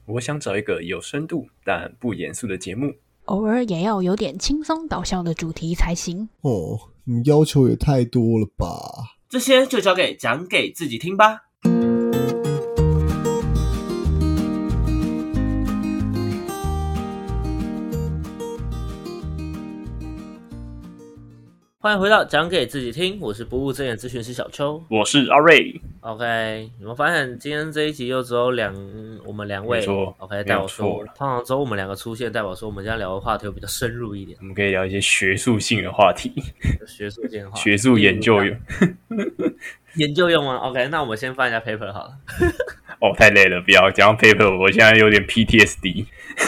我想找一个有深度但不严肃的节目， 偶尔也要有点轻松搞笑的主题才行。 哦，你们要求也太多了吧？ 这些就交给讲给自己听吧。欢迎回到讲给自己听，我是不务正业咨询师小邱， 我是阿瑞。 OK， 你们发现今天这一集又只有我们两位 ，OK， 代表说，通常只有我们两个出现，代表说我们今天聊的话题会比较深入一点。 我们可以聊一些学术性的话题， 学术性的话题， 学术研究用， 研究用吗 ？OK， 那我们先翻一下 paper 好了。 哦，太累了，不要讲到 paper， 我现在有点 PTSD，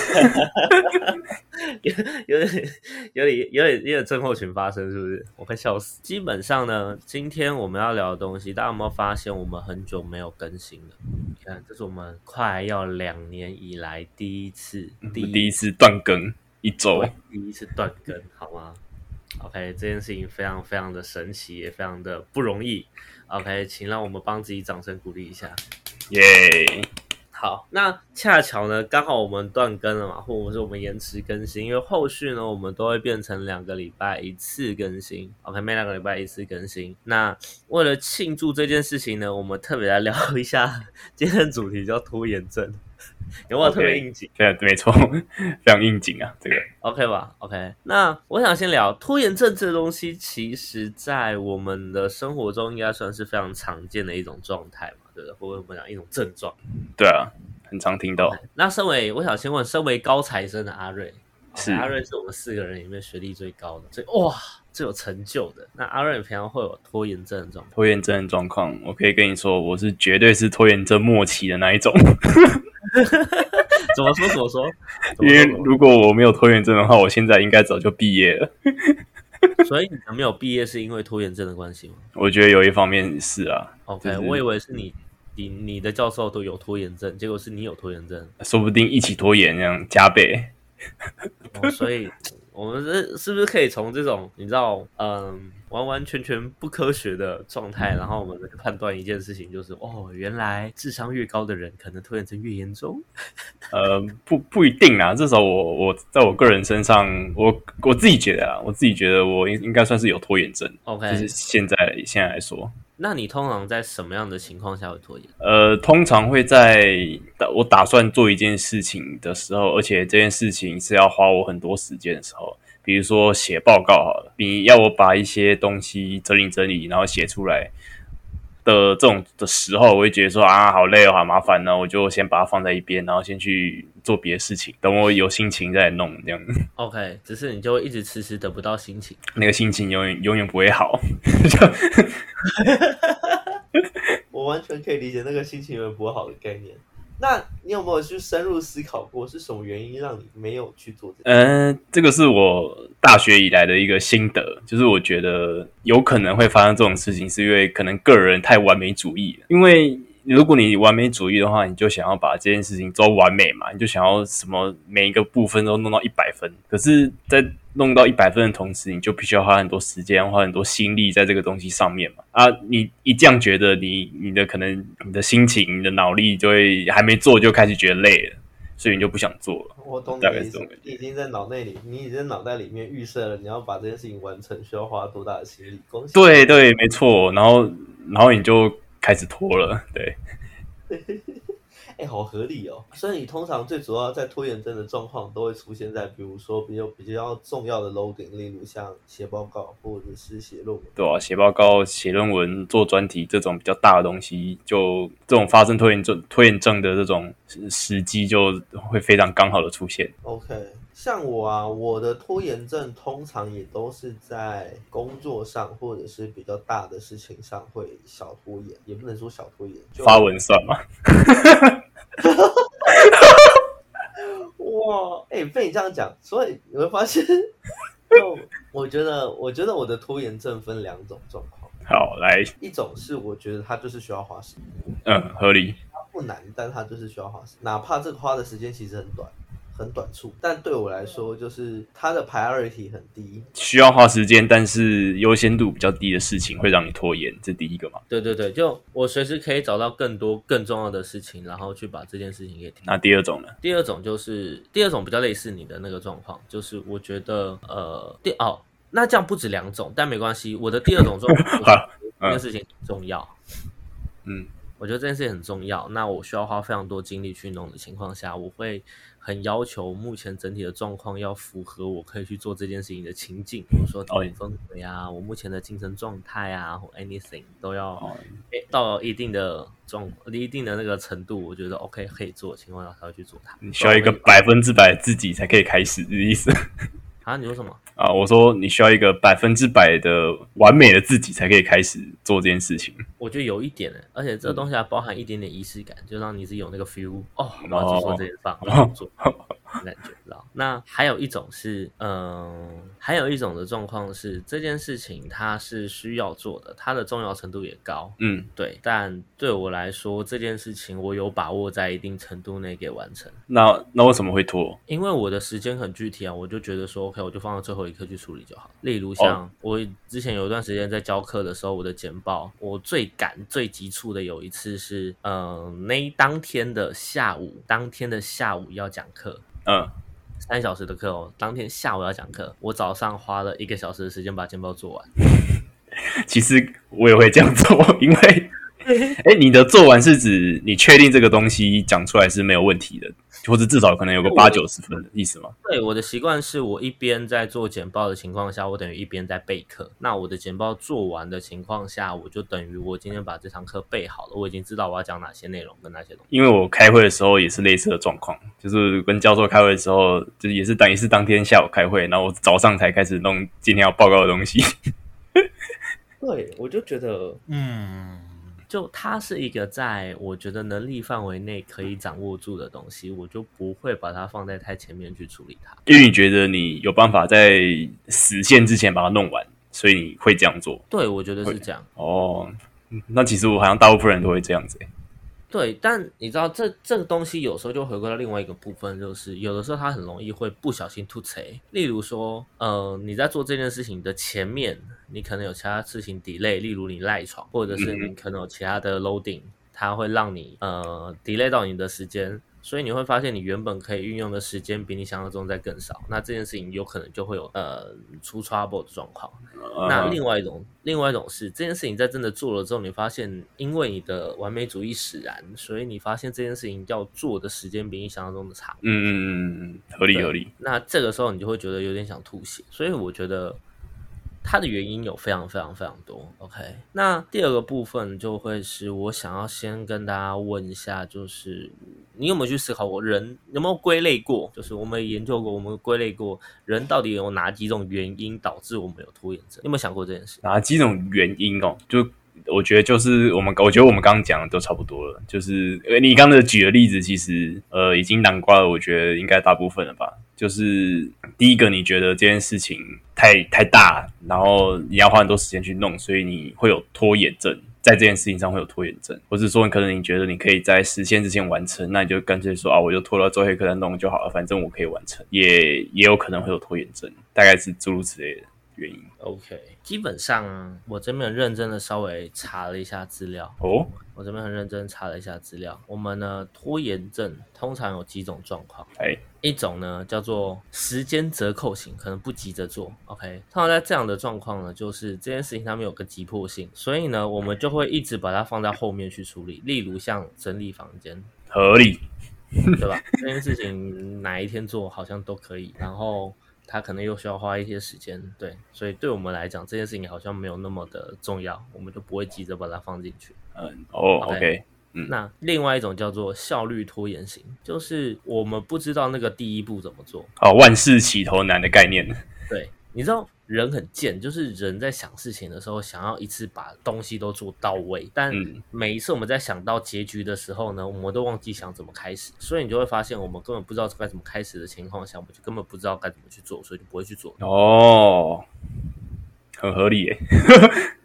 有点症候群发生，是不是？我快笑死。基本上呢，今天我们要聊的东西，大家有没有发现我们很久没有更新了？你看，这是我们快要2年以来第一次断更一周， 第一次断更，好吗？OK， 这件事情非常非常的神奇，也非常的不容易。OK， 请让我们帮自己掌声鼓励一下。 耶、 好，那恰巧呢，刚好我们断更了嘛，或者是我们延迟更新，因为后续呢，我们都会变成2个礼拜一次更新。OK， 每2个礼拜一次更新。那为了庆祝这件事情呢，我们特别来聊一下今天的主题叫拖延症。有没有特别应景？ 没错，非常应景啊，这个 OK 吧 ？OK， 那我想先聊拖延症这个东西，其实在我们的生活中应该算是非常常见的一种状态嘛，对不对？或者我们讲一种症状。 对啊，很常听到。 那我想先问，身为高材生的阿瑞， 是阿瑞是我们4个人里面学历最高的，所以最有成就的。那阿瑞平常会有拖延症的状况？ 拖延症的状况，我可以跟你说，我是绝对是拖延症末期的那一种。 怎么说？ 因为如果我没有拖延症的话，我现在应该早就毕业了。 所以你没有毕业是因为拖延症的关系吗？ 我觉得有一方面是啊。 OK， 我以为是你的教授都有拖延症，结果是你有拖延症， 说不定一起拖延这样加倍。 所以我们是不是可以从这种你知道完完全全不科学的状态，然后我们判断一件事情，就是原来智商越高的人可能拖延症越严重。 不一定啦，至少我在我个人身上，我自己觉得啊，我应该算是有拖延症。 OK， 就是现在来说。 那你通常在什么样的情况下会拖延？ 通常会在我打算做一件事情的时候，而且这件事情是要花我很多时间的时候，比如说写报告好了，你要我把一些东西整理，然后写出来的这种的时候，我会觉得说啊，好累哦，好麻烦呢，我就先把它放在一边，然后先去做别的事情，等我有心情再来弄这样。 OK， 只是你就会一直迟迟得不到心情， 那个心情永远不会好。 我完全可以理解那个心情永远不会好的概念。那你有没有去深入思考过，是什么原因让你没有去做这个？ 这个是我大学以来的一个心得，就是我觉得有可能会发生这种事情，是因为可能个人太完美主义了。因为如果你完美主义的话，你就想要把这件事情做完美嘛，你就想要什么每一个部分都弄到100分。可是，在弄到100分的同时，你就必须要花很多时间，花很多心力在这个东西上面嘛。啊，你一这样觉得你的可能你的心情、你的脑力就会还没做就开始觉得累了，所以你就不想做了。 我懂你的意思，你已经在脑袋里面预设了你要把这件事情完成需要花多大的心力。恭喜！ 对，没错。然后你就开始拖了，对。 好合理哦。所以你通常最主要在拖延症的状况都会出现在，比如说比较重要的 loading， 例如像写报告或者是写论文。 对啊，写报告、写论文、做专题这种比较大的东西，就这种发生拖延症的这种时机就会非常刚好的出现。 OK。像我啊，我的拖延症通常也都是在工作上或者是比较大的事情上会小拖延，也不能说小拖延。 发文算吗？ 哇，被你这样讲，所以你会发现，我觉得我的拖延症分2种状况。 好，来， 一种是我觉得它就是需要花时间， 合理， 它不难，但它就是需要花时间，哪怕这个花的时间其实很短。 很短促，但对我来说，就是它的 priority 很低， 需要花时间，但是优先度比较低的事情会让你拖延，这第一个嘛。 对对对，就我随时可以找到更多更重要的事情，然后去把这件事情给停。 那第二种呢？ 第二种比较类似你的那个状况，就是我觉得那这样不止2种，但没关系。我的第二种状况，这件事情很重要。我觉得这件事情很重要。那我需要花非常多精力去弄的情况下，我会很要求目前整体的状况要符合我可以去做这件事情的情境，比如说氛围啊，我目前的精神状态啊，或 anything 都要到一定的那个程度，我觉得 OK 可以做的情况下才会去做它。 你需要一个100%自己才可以开始的意思。 啊，你说什么？ 我说你需要一个100%的完美的自己才可以开始做这件事情。 我觉得有一点而且这东西还包含一点点仪式感，就让你是有那个 feel 我要去做这件事，我要去做感觉，知道？那还有一种是，还有一种的状况是，这件事情它是需要做的，它的重要程度也高，对。但对我来说，这件事情我有把握在一定程度内给完成。 那为什么会拖？因为我的时间很具体啊，我就觉得说 OK， 我就放到最后一刻去处理就好。例如像我之前有一段时间在教课的时候，我的简报我最赶最急促的有一次是当天的下午要讲课，3小时的课当天下午要讲课，我早上花了1个小时的时间把简报做完。 其实我也会这样做，因为你的做完是指你确定这个东西讲出来是没有问题的，或者至少可能有个80-90分的意思吗？ 对，我的习惯是我一边在做简报的情况下，我等于一边在备课。那我的简报做完的情况下，我就等于我今天把这堂课备好了，我已经知道我要讲哪些内容跟哪些东西。 因为我开会的时候也是类似的状况，就是跟教授开会的时候，就是也是当天下午开会，然后我早上才开始弄今天要报告的东西。 对，我就觉得就它是一个在我觉得能力范围内可以掌握住的东西，我就不会把它放在太前面去处理它。 因为你觉得你有办法在死线之前把它弄完，所以你会这样做。 对，我觉得是这样。 那其实我好像大部分人都会这样子。 对，但你知道这个东西有时候就回归到另外一个部分，就是有的时候它很容易会不小心吐槽。例如说你在做这件事情的前面，你可能有其他事情 delay， 例如你赖床，或者是你可能有其他的 loading， 它会让你delay 到你的时间，所以你会发现你原本可以运用的时间比你想象中再更少，那这件事情有可能就会有出 trouble 的状况。那另外一种是这件事情在真的做了之后，你发现因为你的完美主义使然，所以你发现这件事情要做的时间比你想象中的长。 合理。 那这个时候你就会觉得有点想吐血，所以我觉得它的原因有非常非常非常多。 OK， 那第二个部分就会是我想要先跟大家问一下，就是你有没有去思考过人有没有归类过，就是我们研究过，我们归类过人到底有哪几种原因导致我们有拖延症，你有没有想过这件事？ 哪几种原因就我觉得就是我觉得我们刚刚讲的都差不多了，就是你刚才举的例子其实已经囊括了我觉得应该大部分了吧。就是第一个，你觉得这件事情太大，然后你要花很多时间去弄，所以你会有拖延症，在这件事情上会有拖延症，或者说可能你觉得你可以在时限之前完成，那你就干脆说我就拖到最后一刻再弄就好了，反正我可以完成，也有可能会有拖延症，大概是诸如此类的原因。 OK， 基本上我这边很认真的稍微查了一下资料。我这边很认真查了一下资料。我们呢，拖延症通常有几种状况。一种呢叫做时间折扣型，可能不急着做。OK， 通常在这样的状况呢，就是这件事情它没有个急迫性，所以呢，我们就会一直把它放在后面去处理。例如像整理房间， 合理， 对吧？这件事情哪一天做好像都可以，然后它可能又需要花一些时间，对，所以对我们来讲，这件事情好像没有那么的重要，我们就不会急着把它放进去。 OK。 那另外一种叫做效率拖延型，就是我们不知道那个第一步怎么做。 万事起头难的概念。 对，你知道人很贱，就是人在想事情的时候，想要一次把东西都做到位，但每一次我们在想到结局的时候呢，我们都忘记想怎么开始，所以你就会发现我们根本不知道该怎么开始的情况下，我们就根本不知道该怎么去做，所以就不会去做。 很合理耶。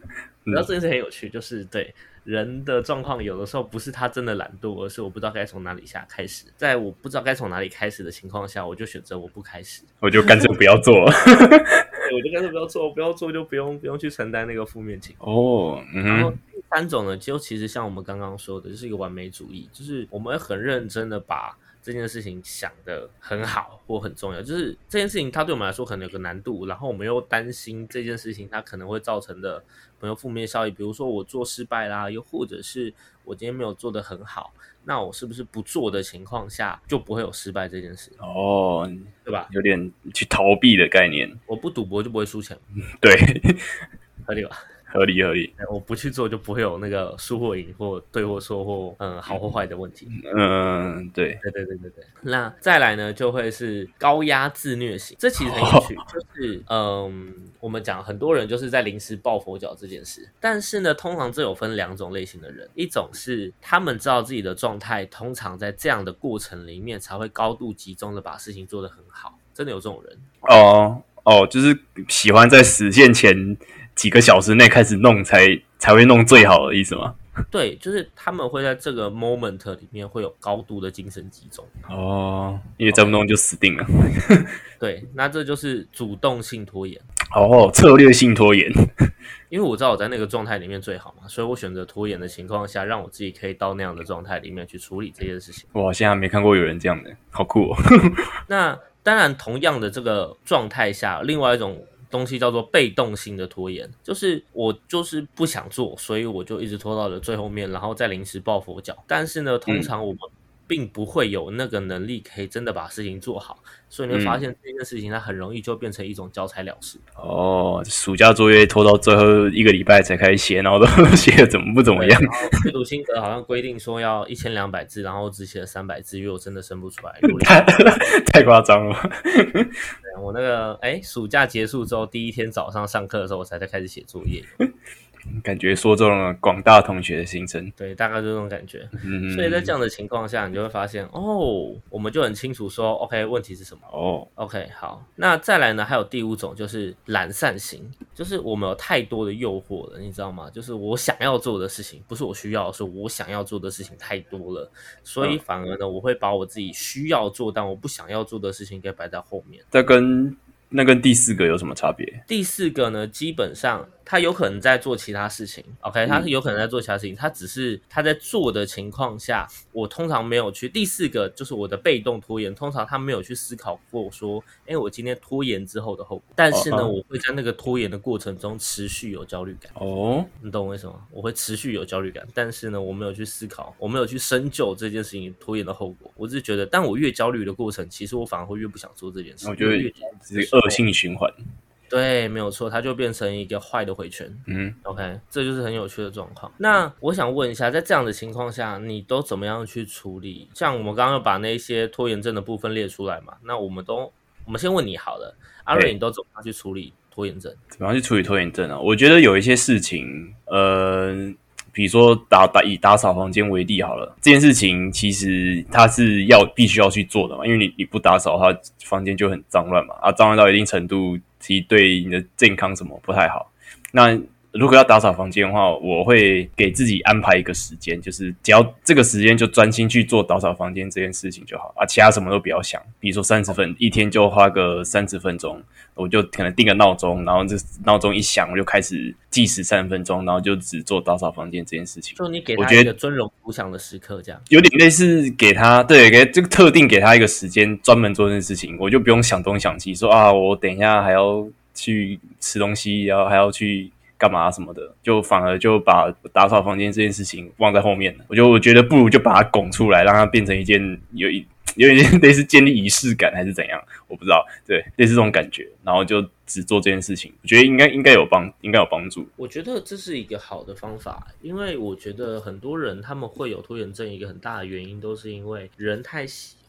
你知道这件事很有趣，就是对人的状况，有的时候不是他真的懒惰，而是我不知道该从哪里开始。在我不知道该从哪里开始的情况下，我就选择我不开始， 我就干脆不要做了。 对，我就干脆不要做，不要做就不用去承担那个负面情绪。 哦， 然后第三种呢，就其实像我们刚刚说的，就是一个完美主义，就是我们会很认真的把这件事情想得很好或很重要，就是这件事情它对我们来说可能有个难度，然后我们又担心这件事情它可能会造成的很有负面效益，比如说我做失败啦，又或者是我今天没有做得很好，那我是不是不做的情况下就不会有失败这件事？ 哦， 对吧？ 有点去逃避的概念。 我不赌博就不会输钱， 对， 合理吧？ 合理合理。 我不去做就不会有那个输或赢或对或错或好或坏的问题。 对。 对。那再来呢，就会是高压自虐型，这其实很有趣，就是我们讲很多人就是在临时抱佛脚这件事，但是呢，通常这有分两种类型的人，一种是他们知道自己的状态，通常在这样的过程里面才会高度集中的把事情做得很好，真的有这种人。 就是喜欢在实现前几个小时内开始弄才会弄最好的意思吗？ 对，就是他们会在这个 moment 里面会有高度的精神集中。 因为再不弄就死定了。 对，那这就是主动性拖延。 策略性拖延。 因为我知道我在那个状态里面最好嘛，所以我选择拖延的情况下，让我自己可以到那样的状态里面去处理这件事情。 我现在没看过有人这样的，好酷哦。 那当然，同样的这个状态下，另外一种东西叫做被动性的拖延，就是我就是不想做，所以我就一直拖到了最后面，然后再临时抱佛脚。但是呢，通常我们并不会有那个能力可以真的把事情做好，所以你会发现这件事情它很容易就变成一种交差了事。 暑假作业拖到最后一个礼拜才开始写，然后都写的不怎么样。 然后阅读心得好像规定说要1200字，然后只写了300字，因为我真的生不出来。 太夸张了。 我那个暑假结束之后第一天早上上课的时候，我才在开始写作业。 感觉说中了广大同学的心声。 对，大概就这种感觉。所以在这样的情况下，你就会发现我们就很清楚说 OK 问题是什么。OK 好，那再来呢，还有第5种就是懒散型，就是我们有太多的诱惑了，你知道吗？就是我想要做的事情不是我需要的，是我想要做的事情太多了，所以反而呢，我会把我自己需要做但我不想要做的事情给摆在后面。 那跟第4个有什么差别？ 第4个呢，基本上他有可能在做其他事情 ，OK， 他是有可能在做其他事情，他只是他在做的情况下，我通常没有去。第4个就是我的被动拖延，通常他没有去思考过说，我今天拖延之后的后果。但是呢，我会在那个拖延的过程中持续有焦虑感。你懂我为什么？我会持续有焦虑感，但是呢，我没有去思考，我没有去深究这件事情拖延的后果。我只是觉得，当我越焦虑的过程，其实我反而会越不想做这件事。 我觉得这是恶性循环。 对，没有错，它就变成一个坏的回圈。OK， 这就是很有趣的状况。那我想问一下，在这样的情况下，你都怎么样去处理？像我们刚刚把那些拖延症的部分列出来嘛，那我们先问你好了，阿瑞，你都怎么样去处理拖延症？ 怎么样去处理拖延症啊？我觉得有一些事情，比如说以打扫房间为例好了，这件事情其实它是必须要去做的嘛，因为你不打扫，它房间就很脏乱嘛，脏乱到一定程度，其实对你的健康什么不太好。那如果要打扫房间的话，我会给自己安排一个时间，就是只要这个时间就专心去做打扫房间这件事情就好其他什么都不要想。比如说30分，一天就花个30分钟，我就可能定个闹钟，然后这闹钟一响，我就开始计时30分钟，然后就只做打扫房间这件事情。 就你给他一个尊荣图享的时刻，这样有点类似给他这个特定给他一个时间专门做这件事情，我就不用想东想西，说我等一下还要去吃东西，然后还要去干嘛什么的，就反而就把打扫房间这件事情忘在后面了。我觉得不如就把它拱出来，让它变成一件有点类似建立仪式感还是怎样，我不知道。对，类似这种感觉，然后就只做这件事情，我觉得应该有帮助。 我觉得这是一个好的方法，因为我觉得很多人他们会有拖延症，一个很大的原因都是因为人太喜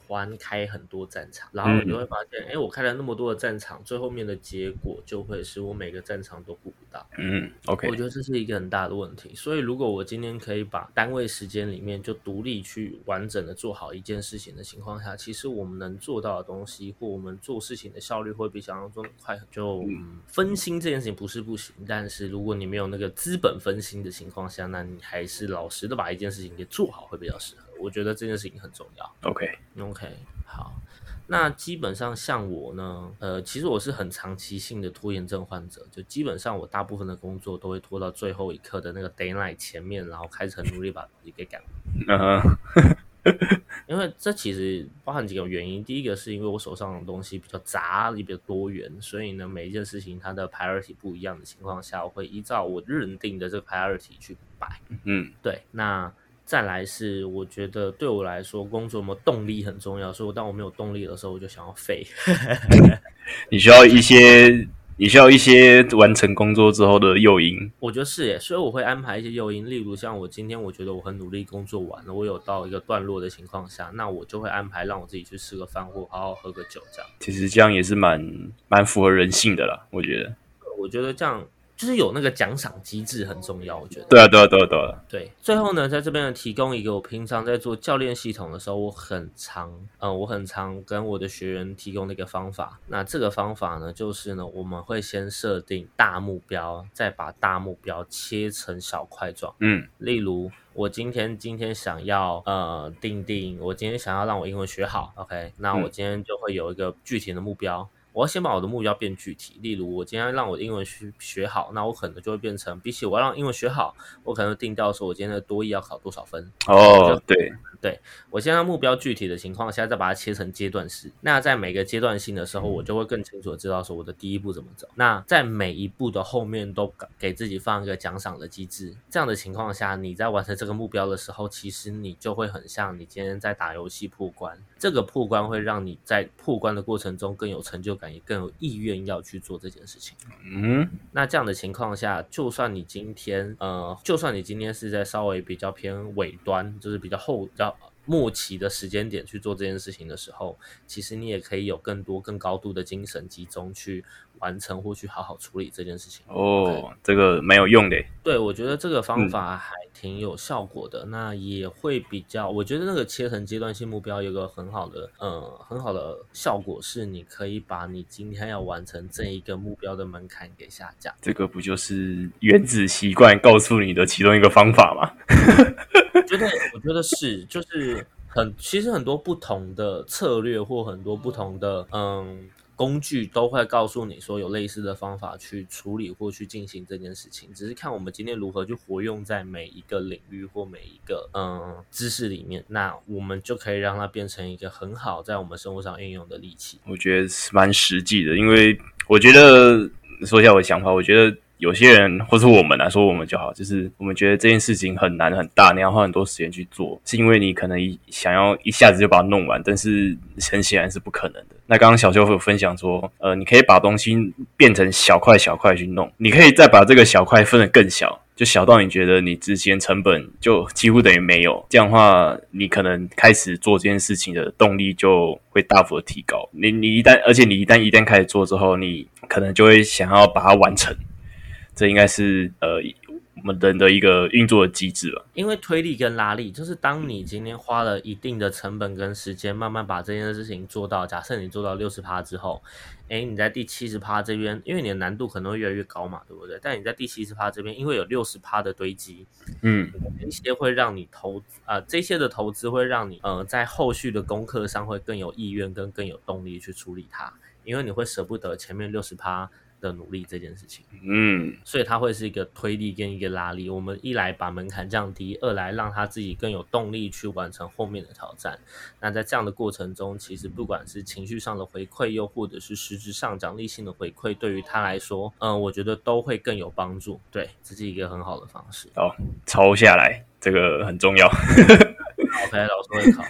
欢开很多战场，然后你就会发现，我开了那么多的战场，最后面的结果就会是我每个战场都顾不到。 OK， 我觉得这是一个很大的问题。所以如果我今天可以把单位时间里面就独立去完整的做好一件事情的情况下，其实我们能做到的东西或我们做事情的效率会比想象中的快。分心这件事情不是不行，但是如果你没有那个资本分心的情况下，那你还是老实的把一件事情给做好会比较适合。我觉得这件事情很重要。 OK， 好。那基本上像我呢，其实我是很长期性的拖延症患者，就基本上我大部分的工作都会拖到最后一刻的那个 deadline 前面，然后开始很努力把自己给赶完。因为这其实包含几个原因，第一个是因为我手上的东西比较杂也比较多元，所以呢每一件事情它的 priority 不一样的情况下，我会依照我认定的这个 priority 去摆。对，那再来是我觉得对我来说工作有没有动力很重要，所以当我没有动力的时候我就想要废。 你需要一些完成工作之后的诱因。 我觉得是耶，所以我会安排一些诱因，例如像我今天我觉得我很努力工作完了，我有到一个段落的情况下，那我就会安排让我自己去吃个饭或好好喝个酒这样。 其实这样也是蛮符合人性的啦，我觉得。 我觉得这样就是有那个奖赏机制很重要，我觉得。 对啊。 最后呢，在这边提供一个我平常在做教练系统的时候，我很常跟我的学员提供的一个方法。那这个方法呢，就是呢，我们会先设定大目标，再把大目标切成小块状。例如我今天想要定我今天想要让我英文学好 ，OK， 那我今天就会有一个具体的目标。我要先把我的目标变具体，例如我今天让我的英文学好，那我可能就会变成比起我让英文学好，我可能定调说我今天的多益要考多少分。对，我先让目标具体的情况下，再把它切成阶段式。那在每个阶段性的时候，我就会更清楚的知道说我的第一步怎么走。那在每一步的后面都给自己放一个奖赏的机制。这样的情况下，你在完成这个目标的时候，其实你就会很像你今天在打游戏破关。这个破关会让你在破关的过程中更有成就感，也更有意愿要去做这件事情。那这样的情况下，就算你今天是在稍微比较偏尾端，就是比较末期的时间点去做这件事情的时候，其实你也可以有更多更高度的精神集中去完成或去好好处理这件事情。 这个蛮有用的。 对，我觉得这个方法还挺有效果的。那也会比较，我觉得那个切成阶段性目标有个很好的效果，是你可以把你今天要完成这一个目标的门槛给下降。 这个不就是原子习惯告诉你的其中一个方法吗？ 我觉得是，就是其实很多不同的策略或很多不同的工具都会告诉你说有类似的方法去处理或去进行这件事情，只是看我们今天如何去活用在每一个领域或每一个知识里面，那我们就可以让它变成一个很好在我们生活上运用的利器。 我觉得是蛮实际的，因为我觉得说一下我的想法，我觉得有些人或是我们来说我们就好，就是我们觉得这件事情很难很大，你要花很多时间去做，是因为你可能想要一下子就把它弄完，但是很显然是不可能的。那刚刚小修有分享说你可以把东西变成小块小块去弄，你可以再把这个小块分得更小，就小到你觉得你之前成本就几乎等于没有，这样的话你可能开始做这件事情的动力就会大幅的提高。你一旦开始做之后，你可能就会想要把它完成，这应该是我们人的一个运作的机制了。 因为推力跟拉力，就是当你今天花了一定的成本跟时间，慢慢把这件事情做到，假設你做到 60% 之后，你在第 70% 这边，因为你的难度可能会越来越高嘛，对不对？但你在第 70% 这边，因为有 60% 的堆积，这些会让你这些的投资会让你在后续的功课上会更有意愿跟更有动力去处理它，因为你会舍不得前面 60% 的努力这件事情。所以它会是一个推力跟一个拉力，我们一来把门槛降低，二来让他自己更有动力去完成后面的挑战。那在这样的过程中，其实不管是情绪上的回馈，又或者是实质上奖励性的回馈，对于他来说我觉得都会更有帮助。对，这是一个很好的方式。 抄下来，这个很重要。 OK， 老师会考好吗？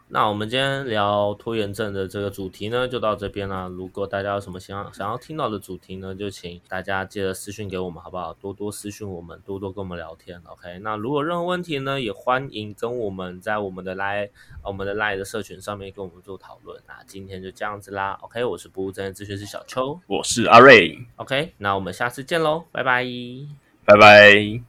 那我们今天聊拖延症的这个主题呢，就到这边啦。如果大家有什么想要听到的主题呢，就请大家记得私讯给我们，好不好？多多私讯我们，多多跟我们聊天。OK， 那如果任何问题呢，也欢迎跟我们在我们的 Line 的社群上面跟我们做讨论。那今天就这样子啦。OK， 我是不务正业咨询师小邱， 我是阿瑞， OK，那我们下次见喽，拜拜。 拜拜。